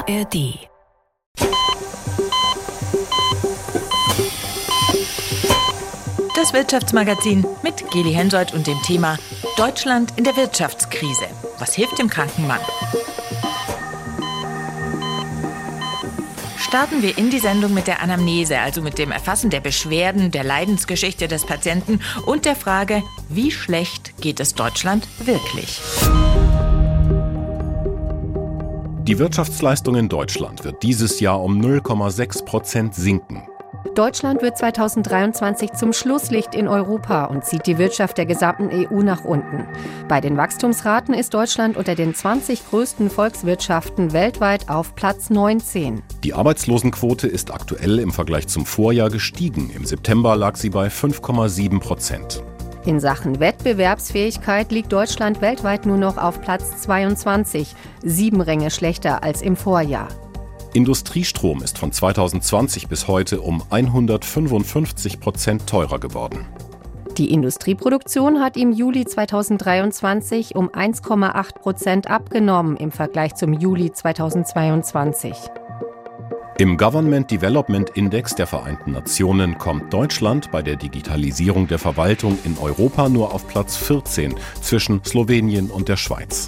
ARD. Das Wirtschaftsmagazin mit Geli Hensoldt und dem Thema Deutschland in der Wirtschaftskrise. Was hilft dem kranken Mann? Starten wir in die Sendung mit der Anamnese, also mit dem Erfassen der Beschwerden, der Leidensgeschichte des Patienten und der Frage, wie schlecht geht es Deutschland wirklich? Die Wirtschaftsleistung in Deutschland wird dieses Jahr um 0,6% sinken. Deutschland wird 2023 zum Schlusslicht in Europa und zieht die Wirtschaft der gesamten EU nach unten. Bei den Wachstumsraten ist Deutschland unter den 20 größten Volkswirtschaften weltweit auf Platz 19. Die Arbeitslosenquote ist aktuell im Vergleich zum Vorjahr gestiegen. Im September lag sie bei 5,7%. In Sachen Wettbewerbsfähigkeit liegt Deutschland weltweit nur noch auf Platz 22, 7 Ränge schlechter als im Vorjahr. Industriestrom ist von 2020 bis heute um 155% teurer geworden. Die Industrieproduktion hat im Juli 2023 um 1,8% abgenommen im Vergleich zum Juli 2022. Im Government Development Index der Vereinten Nationen kommt Deutschland bei der Digitalisierung der Verwaltung in Europa nur auf Platz 14 zwischen Slowenien und der Schweiz.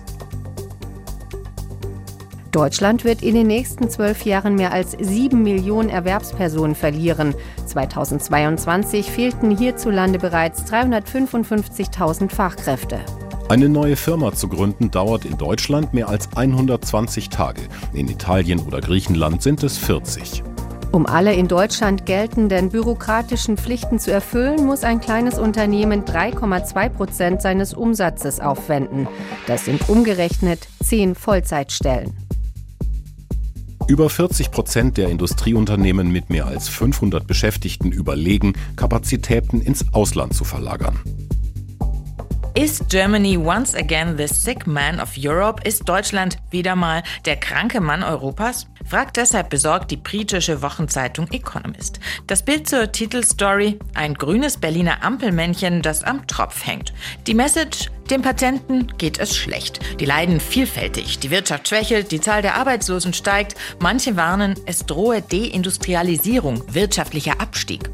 Deutschland wird in den nächsten 12 Jahren mehr als 7 Millionen Erwerbspersonen verlieren. 2022 fehlten hierzulande bereits 355.000 Fachkräfte. Eine neue Firma zu gründen dauert in Deutschland mehr als 120 Tage. In Italien oder Griechenland sind es 40. Um alle in Deutschland geltenden bürokratischen Pflichten zu erfüllen, muss ein kleines Unternehmen 3,2% seines Umsatzes aufwenden. Das sind umgerechnet 10 Vollzeitstellen. Über 40% der Industrieunternehmen mit mehr als 500 Beschäftigten überlegen, Kapazitäten ins Ausland zu verlagern. Ist Germany once again the sick man of Europe? Ist Deutschland wieder mal der kranke Mann Europas? Fragt deshalb besorgt die britische Wochenzeitung Economist. Das Bild zur Titelstory: ein grünes Berliner Ampelmännchen, das am Tropf hängt. Die Message: dem Patienten geht es schlecht. Die leiden vielfältig. Die Wirtschaft schwächelt, die Zahl der Arbeitslosen steigt. Manche warnen, es drohe Deindustrialisierung, wirtschaftlicher Abstieg.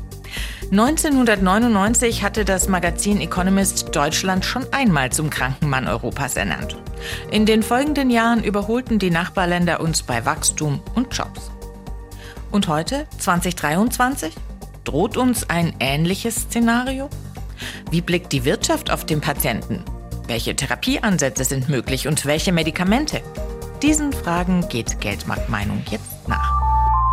1999 hatte das Magazin Economist Deutschland schon einmal zum kranken Mann Europas ernannt. In den folgenden Jahren überholten die Nachbarländer uns bei Wachstum und Jobs. Und heute, 2023, droht uns ein ähnliches Szenario? Wie blickt die Wirtschaft auf den Patienten? Welche Therapieansätze sind möglich und welche Medikamente? Diesen Fragen geht Geldmarktmeinung jetzt nach.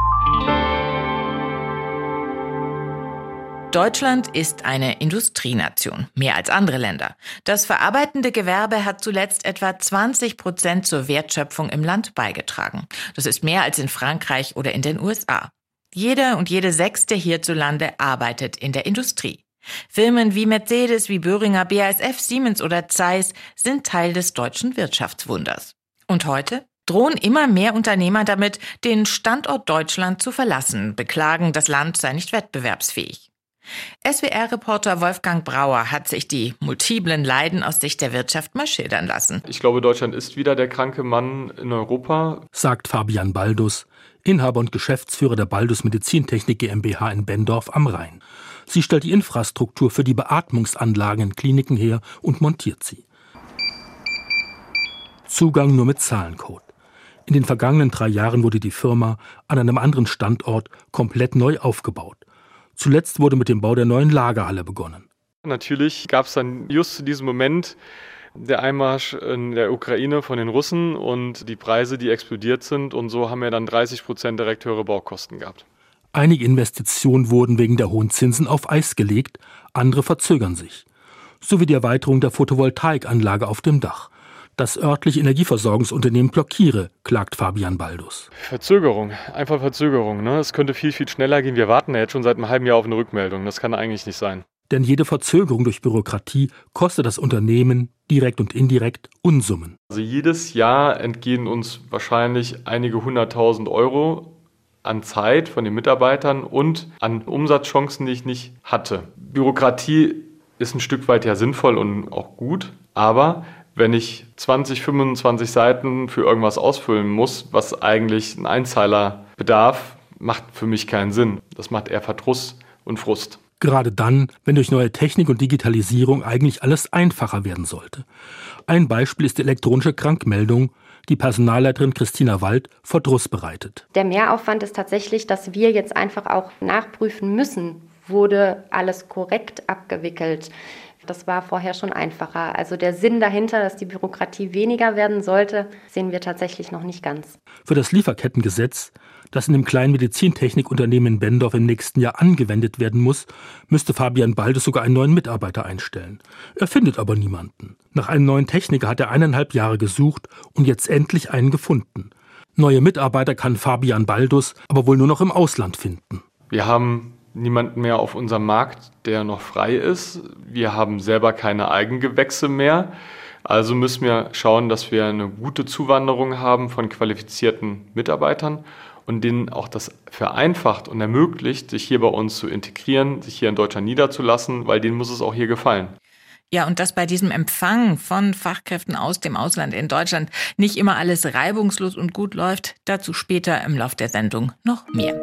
Deutschland ist eine Industrienation, mehr als andere Länder. Das verarbeitende Gewerbe hat zuletzt etwa 20% zur Wertschöpfung im Land beigetragen. Das ist mehr als in Frankreich oder in den USA. Jeder und jede Sechste hierzulande arbeitet in der Industrie. Firmen wie Mercedes, wie Boehringer, BASF, Siemens oder Zeiss sind Teil des deutschen Wirtschaftswunders. Und heute drohen immer mehr Unternehmer damit, den Standort Deutschland zu verlassen, beklagen, das Land sei nicht wettbewerbsfähig. SWR-Reporter Wolfgang Brauer hat sich die multiplen Leiden aus Sicht der Wirtschaft mal schildern lassen. Ich glaube, Deutschland ist wieder der kranke Mann in Europa, sagt Fabian Baldus, Inhaber und Geschäftsführer der Baldus Medizintechnik GmbH in Benndorf am Rhein. Sie stellt die Infrastruktur für die Beatmungsanlagen in Kliniken her und montiert sie. Zugang nur mit Zahlencode. In den vergangenen 3 Jahren wurde die Firma an einem anderen Standort komplett neu aufgebaut. Zuletzt wurde mit dem Bau der neuen Lagerhalle begonnen. Natürlich gab es dann just zu diesem Moment der Einmarsch in der Ukraine von den Russen und die Preise, die explodiert sind. Und so haben wir dann 30% direkt höhere Baukosten gehabt. Einige Investitionen wurden wegen der hohen Zinsen auf Eis gelegt, andere verzögern sich. So wie die Erweiterung der Photovoltaikanlage auf dem Dach. Das örtliche Energieversorgungsunternehmen blockiere, klagt Fabian Baldus. Verzögerung, einfach Verzögerung. Es könnte viel, viel schneller gehen. Wir warten ja jetzt schon seit einem halben Jahr auf eine Rückmeldung. Das kann eigentlich nicht sein. Denn jede Verzögerung durch Bürokratie kostet das Unternehmen direkt und indirekt Unsummen. Also jedes Jahr entgehen uns wahrscheinlich einige 100.000 Euro an Zeit von den Mitarbeitern und an Umsatzchancen, die ich nicht hatte. Bürokratie ist ein Stück weit ja sinnvoll und auch gut, aber Wenn ich 20, 25 Seiten für irgendwas ausfüllen muss, was eigentlich ein Einzeiler bedarf, macht für mich keinen Sinn. Das macht eher Verdruss und Frust. Gerade dann, wenn durch neue Technik und Digitalisierung eigentlich alles einfacher werden sollte. Ein Beispiel ist die elektronische Krankmeldung, die Personalleiterin Christina Wald Verdruss bereitet. Der Mehraufwand ist tatsächlich, dass wir jetzt einfach auch nachprüfen müssen, wurde alles korrekt abgewickelt. Das war vorher schon einfacher. Also der Sinn dahinter, dass die Bürokratie weniger werden sollte, sehen wir tatsächlich noch nicht ganz. Für das Lieferkettengesetz, das in dem kleinen Medizintechnikunternehmen in Bendorf im nächsten Jahr angewendet werden muss, müsste Fabian Baldus sogar einen neuen Mitarbeiter einstellen. Er findet aber niemanden. Nach einem neuen Techniker hat er 1,5 Jahre gesucht und jetzt endlich einen gefunden. Neue Mitarbeiter kann Fabian Baldus aber wohl nur noch im Ausland finden. Wir haben niemanden mehr auf unserem Markt, der noch frei ist. Wir haben selber keine Eigengewächse mehr. Also müssen wir schauen, dass wir eine gute Zuwanderung haben von qualifizierten Mitarbeitern und denen auch das vereinfacht und ermöglicht, sich hier bei uns zu integrieren, sich hier in Deutschland niederzulassen, weil denen muss es auch hier gefallen. Ja, und dass bei diesem Empfang von Fachkräften aus dem Ausland in Deutschland nicht immer alles reibungslos und gut läuft, dazu später im Lauf der Sendung noch mehr.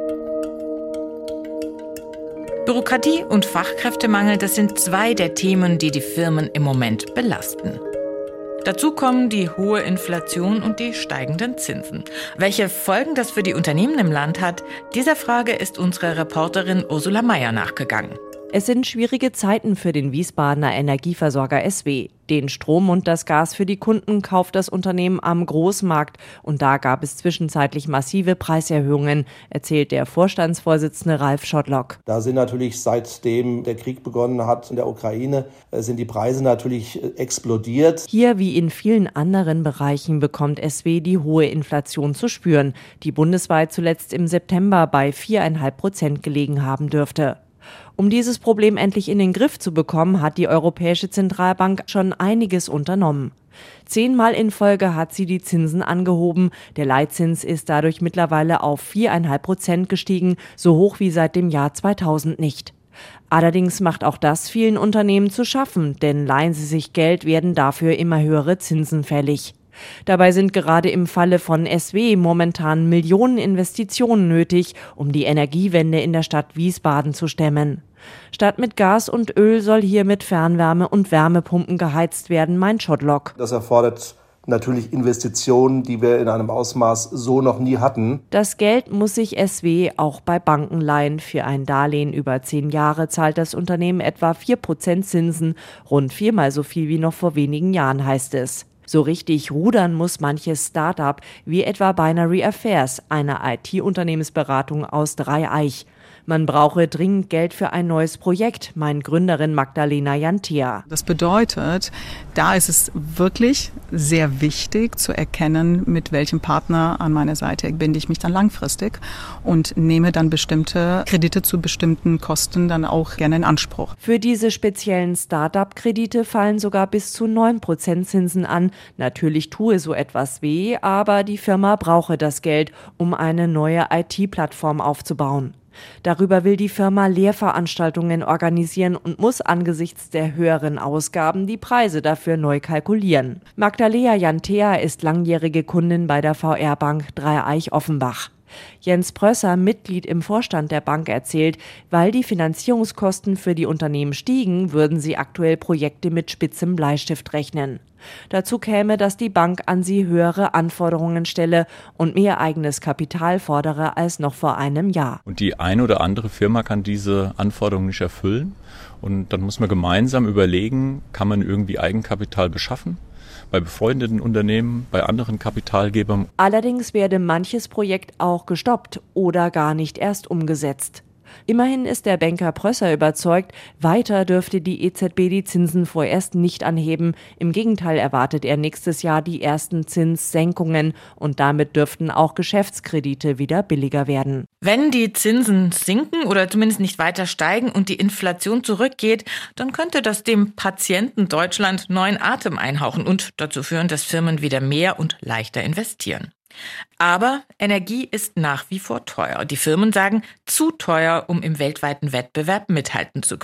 Bürokratie und Fachkräftemangel, das sind 2 der Themen, die die Firmen im Moment belasten. Dazu kommen die hohe Inflation und die steigenden Zinsen. Welche Folgen das für die Unternehmen im Land hat, dieser Frage ist unsere Reporterin Ursula Meier nachgegangen. Es sind schwierige Zeiten für den Wiesbadener Energieversorger SW. Den Strom und das Gas für die Kunden kauft das Unternehmen am Großmarkt. Und da gab es zwischenzeitlich massive Preiserhöhungen, erzählt der Vorstandsvorsitzende Ralf Schottlock. Da sind natürlich, seitdem der Krieg begonnen hat in der Ukraine, sind die Preise natürlich explodiert. Hier wie in vielen anderen Bereichen bekommt SW die hohe Inflation zu spüren, die bundesweit zuletzt im September bei 4,5% gelegen haben dürfte. Um dieses Problem endlich in den Griff zu bekommen, hat die Europäische Zentralbank schon einiges unternommen. 10-mal in Folge hat sie die Zinsen angehoben. Der Leitzins ist dadurch mittlerweile auf 4,5% gestiegen, so hoch wie seit dem Jahr 2000 nicht. Allerdings macht auch das vielen Unternehmen zu schaffen, denn leihen sie sich Geld, werden dafür immer höhere Zinsen fällig. Dabei sind gerade im Falle von SW momentan Millionen Investitionen nötig, um die Energiewende in der Stadt Wiesbaden zu stemmen. Statt mit Gas und Öl soll hier mit Fernwärme und Wärmepumpen geheizt werden, meint Schottlock. Das erfordert natürlich Investitionen, die wir in einem Ausmaß so noch nie hatten. Das Geld muss sich SW auch bei Banken leihen. Für ein Darlehen über 10 Jahre zahlt das Unternehmen etwa 4% Zinsen, rund 4-mal so viel wie noch vor wenigen Jahren, heißt es. So richtig rudern muss manches Start-up, wie etwa Binary Affairs, eine IT-Unternehmensberatung aus Dreieich. Man brauche dringend Geld für ein neues Projekt, meint Gründerin Magdalena Jantea. Das bedeutet, da ist es wirklich sehr wichtig zu erkennen, mit welchem Partner an meiner Seite binde ich mich dann langfristig und nehme dann bestimmte Kredite zu bestimmten Kosten dann auch gerne in Anspruch. Für diese speziellen Start-up-Kredite fallen sogar bis zu 9% Zinsen an. Natürlich tue so etwas weh, aber die Firma brauche das Geld, um eine neue IT-Plattform aufzubauen. Darüber will die Firma Lehrveranstaltungen organisieren und muss angesichts der höheren Ausgaben die Preise dafür neu kalkulieren. Magdalena Jantea ist langjährige Kundin bei der VR-Bank Dreieich-Offenbach. Jens Prösser, Mitglied im Vorstand der Bank, erzählt, weil die Finanzierungskosten für die Unternehmen stiegen, würden sie aktuell Projekte mit spitzem Bleistift rechnen. Dazu käme, dass die Bank an sie höhere Anforderungen stelle und mehr eigenes Kapital fordere als noch vor einem Jahr. Und die eine oder andere Firma kann diese Anforderungen nicht erfüllen. Und dann muss man gemeinsam überlegen, kann man irgendwie Eigenkapital beschaffen? Bei befreundeten Unternehmen, bei anderen Kapitalgebern. Allerdings werde manches Projekt auch gestoppt oder gar nicht erst umgesetzt. Immerhin ist der Banker Prösser überzeugt, weiter dürfte die EZB die Zinsen vorerst nicht anheben. Im Gegenteil erwartet er nächstes Jahr die ersten Zinssenkungen und damit dürften auch Geschäftskredite wieder billiger werden. Wenn die Zinsen sinken oder zumindest nicht weiter steigen und die Inflation zurückgeht, dann könnte das dem Patienten Deutschland neuen Atem einhauchen und dazu führen, dass Firmen wieder mehr und leichter investieren. Aber Energie ist nach wie vor teuer. Die Firmen sagen, zu teuer, um im weltweiten Wettbewerb mithalten zu können.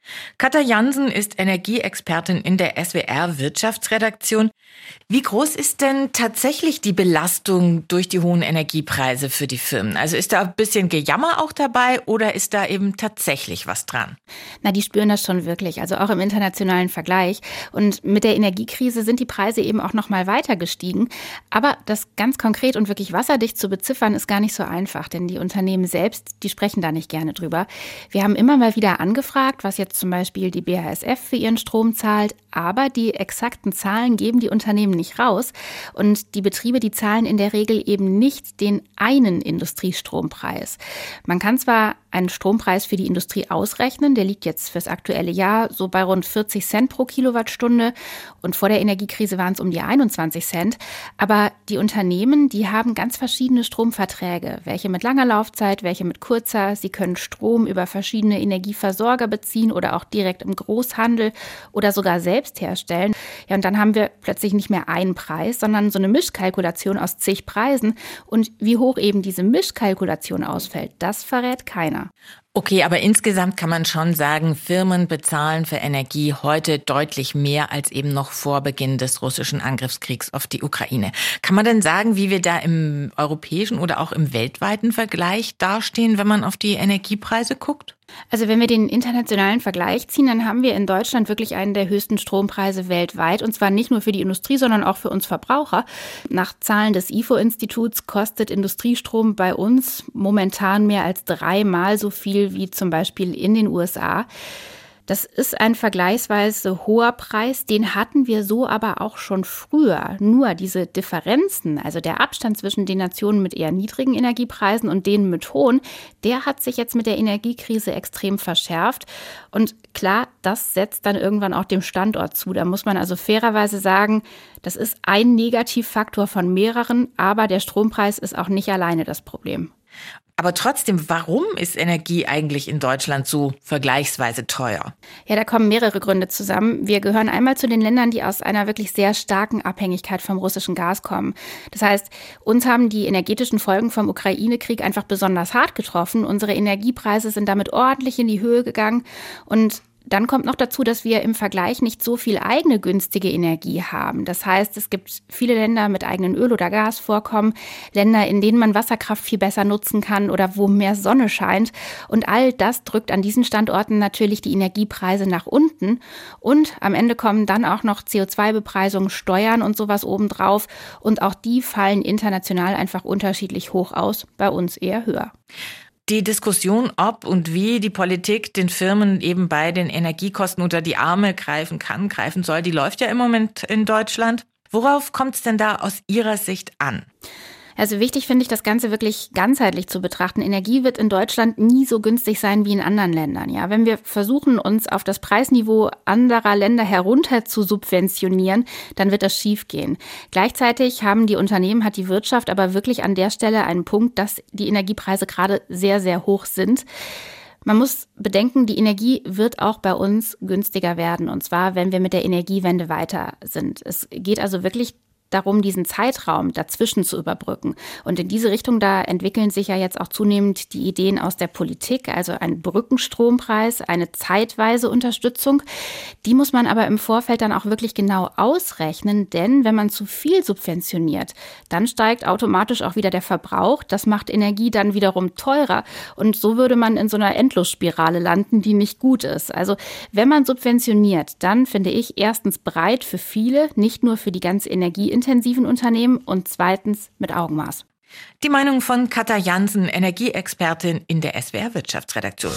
Katja Jansen ist Energieexpertin in der SWR Wirtschaftsredaktion. Wie groß ist denn tatsächlich die Belastung durch die hohen Energiepreise für die Firmen? Also ist da ein bisschen Gejammer auch dabei oder ist da eben tatsächlich was dran? Na, die spüren das schon wirklich, also auch im internationalen Vergleich. Und mit der Energiekrise sind die Preise eben auch noch mal weiter gestiegen. Aber das ganz konkret und wirklich wasserdicht zu beziffern, ist gar nicht so einfach, denn die Unternehmen selbst, die sprechen da nicht gerne drüber. Wir haben immer mal wieder angefragt, was jetzt zum Beispiel die BASF für ihren Strom zahlt, aber die exakten Zahlen geben die Unternehmen nicht raus. Und die Betriebe, die zahlen in der Regel eben nicht den einen Industriestrompreis. Man kann zwar einen Strompreis für die Industrie ausrechnen, der liegt jetzt fürs aktuelle Jahr so bei rund 40 Cent pro Kilowattstunde und vor der Energiekrise waren es um die 21 Cent. Aber die Unternehmen, die haben ganz verschiedene Stromverträge, welche mit langer Laufzeit, welche mit kurzer. Sie können Strom über verschiedene Energieversorger beziehen oder auch direkt im Großhandel oder sogar selbst herstellen. Ja, und dann haben wir plötzlich nicht mehr einen Preis, sondern so eine Mischkalkulation aus zig Preisen. Und wie hoch eben diese Mischkalkulation ausfällt, das verrät keiner. Okay, aber insgesamt kann man schon sagen, Firmen bezahlen für Energie heute deutlich mehr als eben noch vor Beginn des russischen Angriffskriegs auf die Ukraine. Kann man denn sagen, wie wir da im europäischen oder auch im weltweiten Vergleich dastehen, wenn man auf die Energiepreise guckt? Also wenn wir den internationalen Vergleich ziehen, dann haben wir in Deutschland wirklich einen der höchsten Strompreise weltweit. Und zwar nicht nur für die Industrie, sondern auch für uns Verbraucher. Nach Zahlen des IFO-Instituts kostet Industriestrom bei uns momentan mehr als 3-mal so viel wie zum Beispiel in den USA. Das ist ein vergleichsweise hoher Preis, den hatten wir so aber auch schon früher. Nur diese Differenzen, also der Abstand zwischen den Nationen mit eher niedrigen Energiepreisen und denen mit hohen, der hat sich jetzt mit der Energiekrise extrem verschärft. Und klar, das setzt dann irgendwann auch dem Standort zu. Da muss man also fairerweise sagen, das ist ein Negativfaktor von mehreren, aber der Strompreis ist auch nicht alleine das Problem. Aber trotzdem, warum ist Energie eigentlich in Deutschland so vergleichsweise teuer? Ja, da kommen mehrere Gründe zusammen. Wir gehören einmal zu den Ländern, die aus einer wirklich sehr starken Abhängigkeit vom russischen Gas kommen. Das heißt, uns haben die energetischen Folgen vom Ukraine-Krieg einfach besonders hart getroffen. Unsere Energiepreise sind damit ordentlich in die Höhe gegangen und dann kommt noch dazu, dass wir im Vergleich nicht so viel eigene günstige Energie haben. Das heißt, es gibt viele Länder mit eigenen Öl- oder Gasvorkommen, Länder, in denen man Wasserkraft viel besser nutzen kann oder wo mehr Sonne scheint. Und all das drückt an diesen Standorten natürlich die Energiepreise nach unten. Und am Ende kommen dann auch noch CO2-Bepreisungen, Steuern und sowas obendrauf. Und auch die fallen international einfach unterschiedlich hoch aus, bei uns eher höher. Die Diskussion, ob und wie die Politik den Firmen eben bei den Energiekosten unter die Arme greifen kann, greifen soll, die läuft ja im Moment in Deutschland. Worauf kommt es denn da aus Ihrer Sicht an? Also wichtig finde ich, das Ganze wirklich ganzheitlich zu betrachten. Energie wird in Deutschland nie so günstig sein wie in anderen Ländern. Ja, wenn wir versuchen, uns auf das Preisniveau anderer Länder herunter zu subventionieren, dann wird das schiefgehen. Gleichzeitig hat die Wirtschaft aber wirklich an der Stelle einen Punkt, dass die Energiepreise gerade sehr, sehr hoch sind. Man muss bedenken, die Energie wird auch bei uns günstiger werden. Und zwar, wenn wir mit der Energiewende weiter sind. Es geht also wirklich darum, diesen Zeitraum dazwischen zu überbrücken. Und in diese Richtung, da entwickeln sich ja jetzt auch zunehmend die Ideen aus der Politik, also ein Brückenstrompreis, eine zeitweise Unterstützung. Die muss man aber im Vorfeld dann auch wirklich genau ausrechnen, denn wenn man zu viel subventioniert, dann steigt automatisch auch wieder der Verbrauch. Das macht Energie dann wiederum teurer. Und so würde man in so einer Endlosspirale landen, die nicht gut ist. Also wenn man subventioniert, dann finde ich erstens breit für viele, nicht nur für die ganz energieintensiven Unternehmen und zweitens mit Augenmaß. Die Meinung von Katja Jansen, Energieexpertin in der SWR Wirtschaftsredaktion.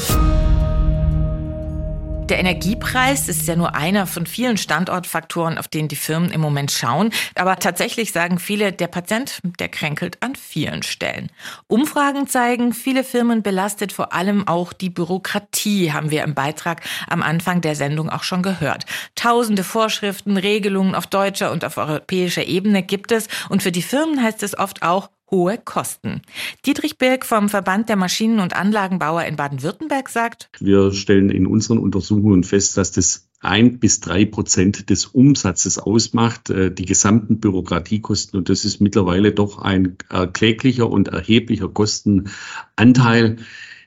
Der Energiepreis ist ja nur einer von vielen Standortfaktoren, auf den die Firmen im Moment schauen. Aber tatsächlich sagen viele, der Patient, der kränkelt an vielen Stellen. Umfragen zeigen, viele Firmen belastet vor allem auch die Bürokratie, haben wir im Beitrag am Anfang der Sendung auch schon gehört. Tausende Vorschriften, Regelungen auf deutscher und auf europäischer Ebene gibt es. Und für die Firmen heißt es oft auch, hohe Kosten. Dietrich Birk vom Verband der Maschinen- und Anlagenbauer in Baden-Württemberg sagt: Wir stellen in unseren Untersuchungen fest, dass das 1-3% des Umsatzes ausmacht, die gesamten Bürokratiekosten. Und das ist mittlerweile doch ein kläglicher und erheblicher Kostenanteil,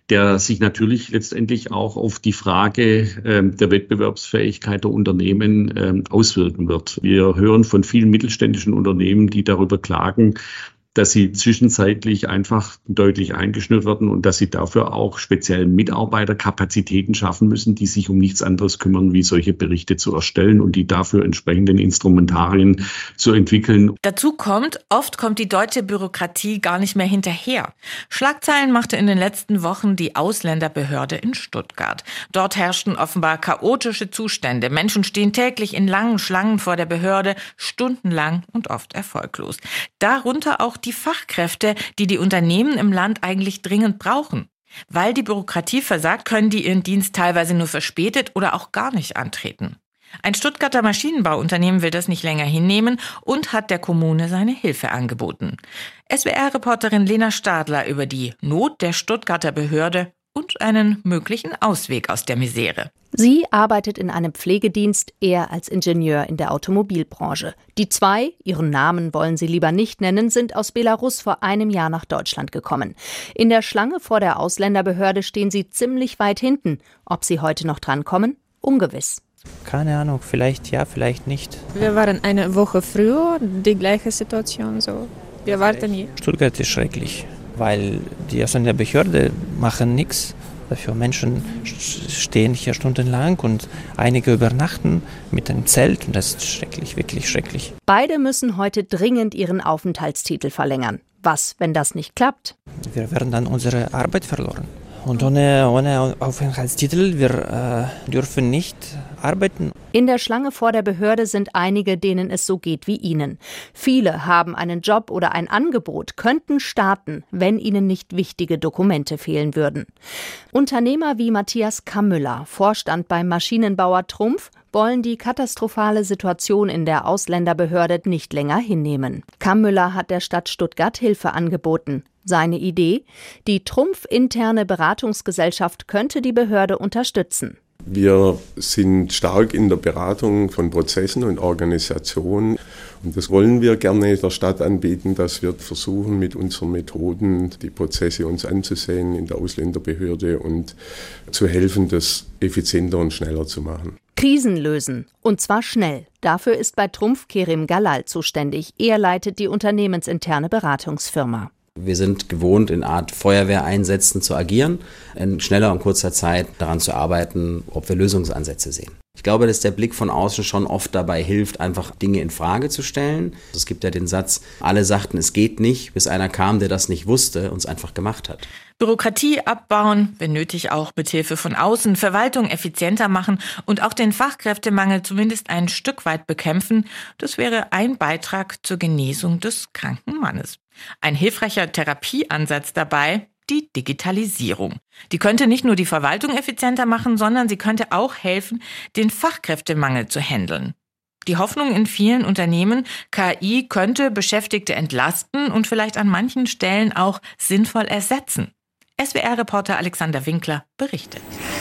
der sich natürlich letztendlich auch auf die Frage der Wettbewerbsfähigkeit der Unternehmen auswirken wird. Wir hören von vielen mittelständischen Unternehmen, die darüber klagen, dass sie zwischenzeitlich einfach deutlich eingeschnürt werden und dass sie dafür auch speziell Mitarbeiterkapazitäten schaffen müssen, die sich um nichts anderes kümmern, wie solche Berichte zu erstellen und die dafür entsprechenden Instrumentarien zu entwickeln. Dazu kommt, oft kommt die deutsche Bürokratie gar nicht mehr hinterher. Schlagzeilen machte in den letzten Wochen die Ausländerbehörde in Stuttgart. Dort herrschten offenbar chaotische Zustände. Menschen stehen täglich in langen Schlangen vor der Behörde, stundenlang und oft erfolglos. Darunter auch die Fachkräfte, die die Unternehmen im Land eigentlich dringend brauchen. Weil die Bürokratie versagt, können die ihren Dienst teilweise nur verspätet oder auch gar nicht antreten. Ein Stuttgarter Maschinenbauunternehmen will das nicht länger hinnehmen und hat der Kommune seine Hilfe angeboten. SWR-Reporterin Lena Stadler über die Not der Stuttgarter Behörde und einen möglichen Ausweg aus der Misere. Sie arbeitet in einem Pflegedienst, er als Ingenieur in der Automobilbranche. Die zwei, ihren Namen wollen sie lieber nicht nennen, sind aus Belarus vor einem Jahr nach Deutschland gekommen. In der Schlange vor der Ausländerbehörde stehen sie ziemlich weit hinten. Ob sie heute noch drankommen? Ungewiss. Keine Ahnung, vielleicht ja, vielleicht nicht. Wir waren eine Woche früher, die gleiche Situation so. Wir warten hier. Stuttgart ist schrecklich, weil die Ausländerbehörde machen nichts. Dafür Menschen stehen hier stundenlang und einige übernachten mit einem Zelt und das ist schrecklich, wirklich schrecklich. Beide müssen heute dringend ihren Aufenthaltstitel verlängern. Was, wenn das nicht klappt? Wir werden dann unsere Arbeit verloren. Und ohne Aufenthaltstitel, wir dürfen nicht arbeiten. In der Schlange vor der Behörde sind einige, denen es so geht wie Ihnen. Viele haben einen Job oder ein Angebot, könnten starten, wenn ihnen nicht wichtige Dokumente fehlen würden. Unternehmer wie Matthias Kammüller, Vorstand beim Maschinenbauer Trumpf, wollen die katastrophale Situation in der Ausländerbehörde nicht länger hinnehmen. Kammüller hat der Stadt Stuttgart Hilfe angeboten. Seine Idee? Die Trumpf-interne Beratungsgesellschaft könnte die Behörde unterstützen. Wir sind stark in der Beratung von Prozessen und Organisationen und das wollen wir gerne der Stadt anbieten, dass wir versuchen, mit unseren Methoden die Prozesse uns anzusehen in der Ausländerbehörde und zu helfen, das effizienter und schneller zu machen. Krisen lösen, und zwar schnell. Dafür ist bei Trumpf Kerim Galal zuständig. Er leitet die unternehmensinterne Beratungsfirma. Wir sind gewohnt, in Art Feuerwehreinsätzen zu agieren, in schneller und kurzer Zeit daran zu arbeiten, ob wir Lösungsansätze sehen. Ich glaube, dass der Blick von außen schon oft dabei hilft, einfach Dinge in Frage zu stellen. Es gibt ja den Satz, alle sagten, es geht nicht, bis einer kam, der das nicht wusste und es einfach gemacht hat. Bürokratie abbauen, wenn nötig auch mit Hilfe von außen, Verwaltung effizienter machen und auch den Fachkräftemangel zumindest ein Stück weit bekämpfen, das wäre ein Beitrag zur Genesung des kranken Mannes. Ein hilfreicher Therapieansatz dabei, die Digitalisierung. Die könnte nicht nur die Verwaltung effizienter machen, sondern sie könnte auch helfen, den Fachkräftemangel zu handeln. Die Hoffnung in vielen Unternehmen, KI könnte Beschäftigte entlasten und vielleicht an manchen Stellen auch sinnvoll ersetzen. SWR-Reporter Alexander Winkler berichtet.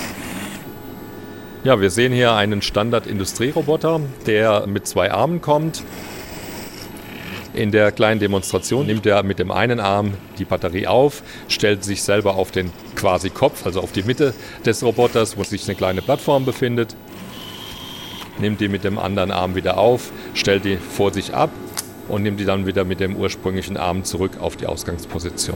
Ja, wir sehen hier einen Standard-Industrieroboter, der mit 2 Armen kommt. In der kleinen Demonstration nimmt er mit dem einen Arm die Batterie auf, stellt sich selber auf den quasi Kopf, also auf die Mitte des Roboters, wo sich eine kleine Plattform befindet, nimmt die mit dem anderen Arm wieder auf, stellt die vor sich ab und nimmt die dann wieder mit dem ursprünglichen Arm zurück auf die Ausgangsposition.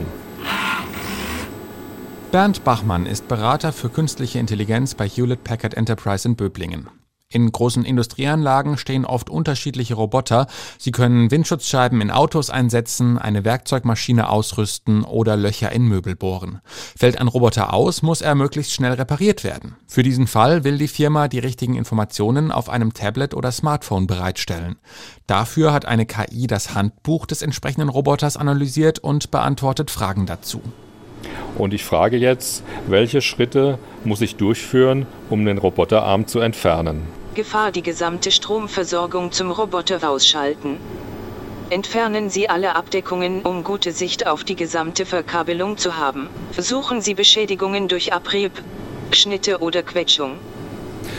Bernd Bachmann ist Berater für künstliche Intelligenz bei Hewlett Packard Enterprise in Böblingen. In großen Industrieanlagen stehen oft unterschiedliche Roboter. Sie können Windschutzscheiben in Autos einsetzen, eine Werkzeugmaschine ausrüsten oder Löcher in Möbel bohren. Fällt ein Roboter aus, muss er möglichst schnell repariert werden. Für diesen Fall will die Firma die richtigen Informationen auf einem Tablet oder Smartphone bereitstellen. Dafür hat eine KI das Handbuch des entsprechenden Roboters analysiert und beantwortet Fragen dazu. Und ich frage jetzt, welche Schritte muss ich durchführen, um den Roboterarm zu entfernen? Gefahr: die gesamte Stromversorgung zum Roboter ausschalten. Entfernen Sie alle Abdeckungen, um gute Sicht auf die gesamte Verkabelung zu haben. Versuchen Sie Beschädigungen durch Abrieb, Schnitte oder Quetschung.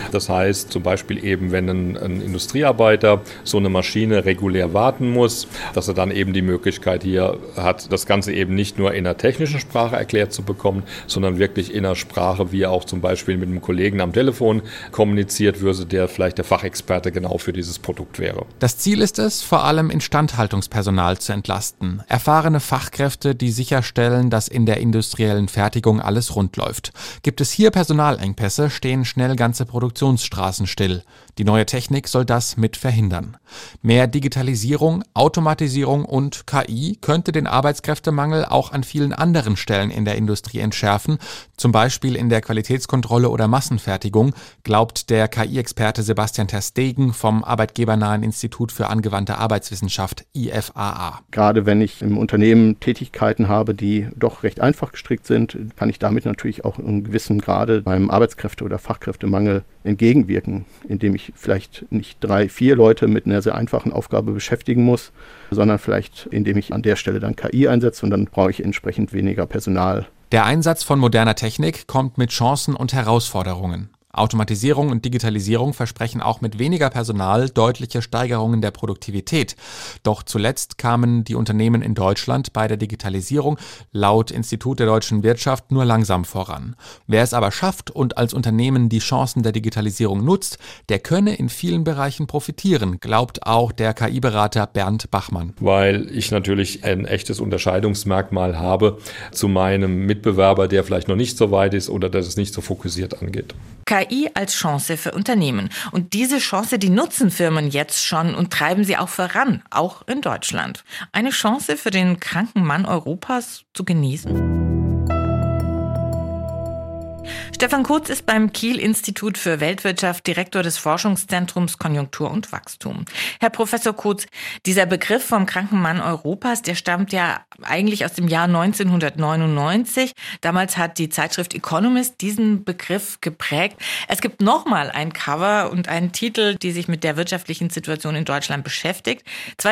Das heißt zum Beispiel eben, wenn ein Industriearbeiter so eine Maschine regulär warten muss, dass er dann eben die Möglichkeit hier hat, das Ganze eben nicht nur in einer technischen Sprache erklärt zu bekommen, sondern wirklich in einer Sprache, wie er auch zum Beispiel mit einem Kollegen am Telefon kommuniziert würde, der vielleicht der Fachexperte genau für dieses Produkt wäre. Das Ziel ist es, vor allem Instandhaltungspersonal zu entlasten. Erfahrene Fachkräfte, die sicherstellen, dass in der industriellen Fertigung alles rund läuft. Gibt es hier Personalengpässe, stehen schnell ganze Produktionsstraßen still. Die neue Technik soll das mit verhindern. Mehr Digitalisierung, Automatisierung und KI könnte den Arbeitskräftemangel auch an vielen anderen Stellen in der Industrie entschärfen, zum Beispiel in der Qualitätskontrolle oder Massenfertigung, glaubt der KI-Experte Sebastian Terstegen vom Arbeitgebernahen Institut für angewandte Arbeitswissenschaft IFAA. Gerade wenn ich im Unternehmen Tätigkeiten habe, die doch recht einfach gestrickt sind, kann ich damit natürlich auch in gewissem Grade beim Arbeitskräfte- oder Fachkräftemangel entgegenwirken, indem ich vielleicht nicht 3, 4 Leute mit einer sehr einfachen Aufgabe beschäftigen muss, sondern vielleicht indem ich an der Stelle dann KI einsetze und dann brauche ich entsprechend weniger Personal. Der Einsatz von moderner Technik kommt mit Chancen und Herausforderungen. Automatisierung und Digitalisierung versprechen auch mit weniger Personal deutliche Steigerungen der Produktivität. Doch zuletzt kamen die Unternehmen in Deutschland bei der Digitalisierung laut Institut der deutschen Wirtschaft nur langsam voran. Wer es aber schafft und als Unternehmen die Chancen der Digitalisierung nutzt, der könne in vielen Bereichen profitieren, glaubt auch der KI-Berater Bernd Bachmann. Weil ich natürlich ein echtes Unterscheidungsmerkmal habe zu meinem Mitbewerber, der vielleicht noch nicht so weit ist oder der es nicht so fokussiert angeht. KI als Chance für Unternehmen. Und diese Chance, die nutzen Firmen jetzt schon und treiben sie auch voran, auch in Deutschland. Eine Chance für den kranken Mann Europas zu genießen? Stefan Kotz ist beim Kiel-Institut für Weltwirtschaft Direktor des Forschungszentrums Konjunktur und Wachstum. Herr Professor Kotz, dieser Begriff vom kranken Mann Europas, der stammt ja eigentlich aus dem Jahr 1999. Damals hat die Zeitschrift Economist diesen Begriff geprägt. Es gibt nochmal ein Cover und einen Titel, die sich mit der wirtschaftlichen Situation in Deutschland beschäftigt.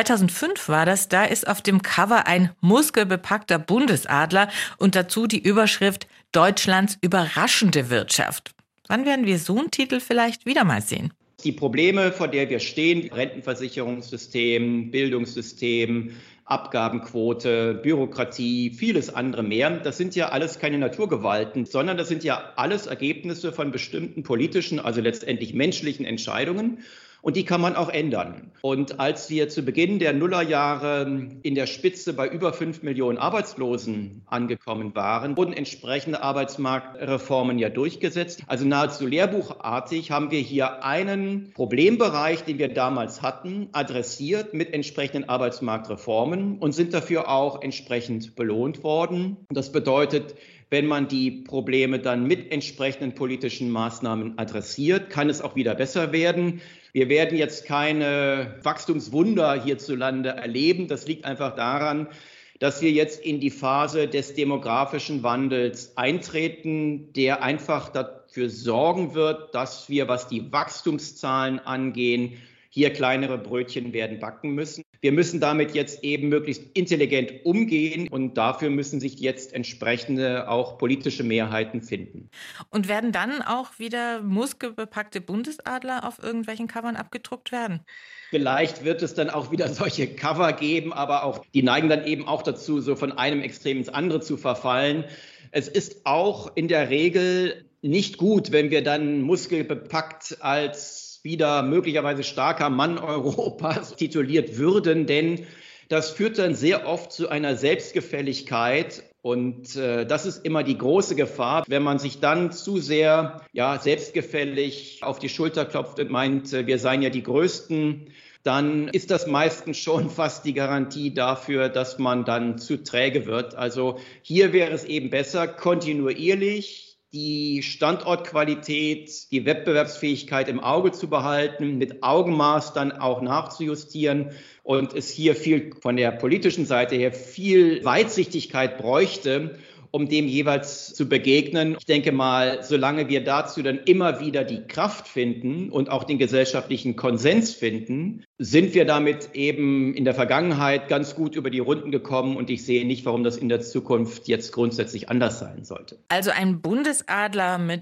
2005 war das, da ist auf dem Cover ein muskelbepackter Bundesadler und dazu die Überschrift Deutschlands überraschende Wirtschaft. Wann werden wir so einen Titel vielleicht wieder mal sehen? Die Probleme, vor der wir stehen, Rentenversicherungssystem, Bildungssystem, Abgabenquote, Bürokratie, vieles andere mehr, das sind ja alles keine Naturgewalten, sondern das sind ja alles Ergebnisse von bestimmten politischen, also letztendlich menschlichen Entscheidungen. Und die kann man auch ändern. Und als wir zu Beginn der Nullerjahre in der Spitze bei über 5 Millionen Arbeitslosen angekommen waren, wurden entsprechende Arbeitsmarktreformen ja durchgesetzt. Also nahezu lehrbuchartig haben wir hier einen Problembereich, den wir damals hatten, adressiert mit entsprechenden Arbeitsmarktreformen und sind dafür auch entsprechend belohnt worden. Das bedeutet, wenn man die Probleme dann mit entsprechenden politischen Maßnahmen adressiert, kann es auch wieder besser werden. Wir werden jetzt keine Wachstumswunder hierzulande erleben. Das liegt einfach daran, dass wir jetzt in die Phase des demografischen Wandels eintreten, der einfach dafür sorgen wird, dass wir, was die Wachstumszahlen angehen, hier kleinere Brötchen werden backen müssen. Wir müssen damit jetzt eben möglichst intelligent umgehen und dafür müssen sich jetzt entsprechende auch politische Mehrheiten finden. Und werden dann auch wieder muskelbepackte Bundesadler auf irgendwelchen Covern abgedruckt werden? Vielleicht wird es dann auch wieder solche Cover geben, aber auch die neigen dann eben auch dazu, so von einem Extrem ins andere zu verfallen. Es ist auch in der Regel nicht gut, wenn wir dann muskelbepackt als wieder möglicherweise starker Mann Europas tituliert würden, denn das führt dann sehr oft zu einer Selbstgefälligkeit und das ist immer die große Gefahr, wenn man sich dann zu sehr selbstgefällig auf die Schulter klopft und meint, wir seien ja die Größten, dann ist das meistens schon fast die Garantie dafür, dass man dann zu träge wird. Also hier wäre es eben besser, kontinuierlich die Standortqualität, die Wettbewerbsfähigkeit im Auge zu behalten, mit Augenmaß dann auch nachzujustieren und es hier viel von der politischen Seite her viel Weitsichtigkeit bräuchte, um dem jeweils zu begegnen. Ich denke mal, solange wir dazu dann immer wieder die Kraft finden und auch den gesellschaftlichen Konsens finden, sind wir damit eben in der Vergangenheit ganz gut über die Runden gekommen und ich sehe nicht, warum das in der Zukunft jetzt grundsätzlich anders sein sollte. Also ein Bundesadler mit,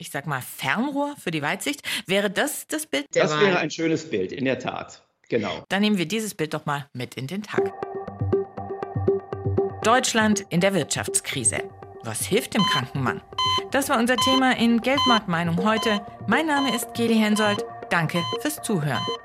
ich sag mal, Fernrohr für die Weitsicht. Wäre das das Bild? Das wäre ein schönes Bild, in der Tat. Genau. Dann nehmen wir dieses Bild doch mal mit in den Tag. Deutschland in der Wirtschaftskrise. Was hilft dem kranken Mann? Das war unser Thema in Geldmarktmeinung heute. Mein Name ist Geli Hensoldt. Danke fürs Zuhören.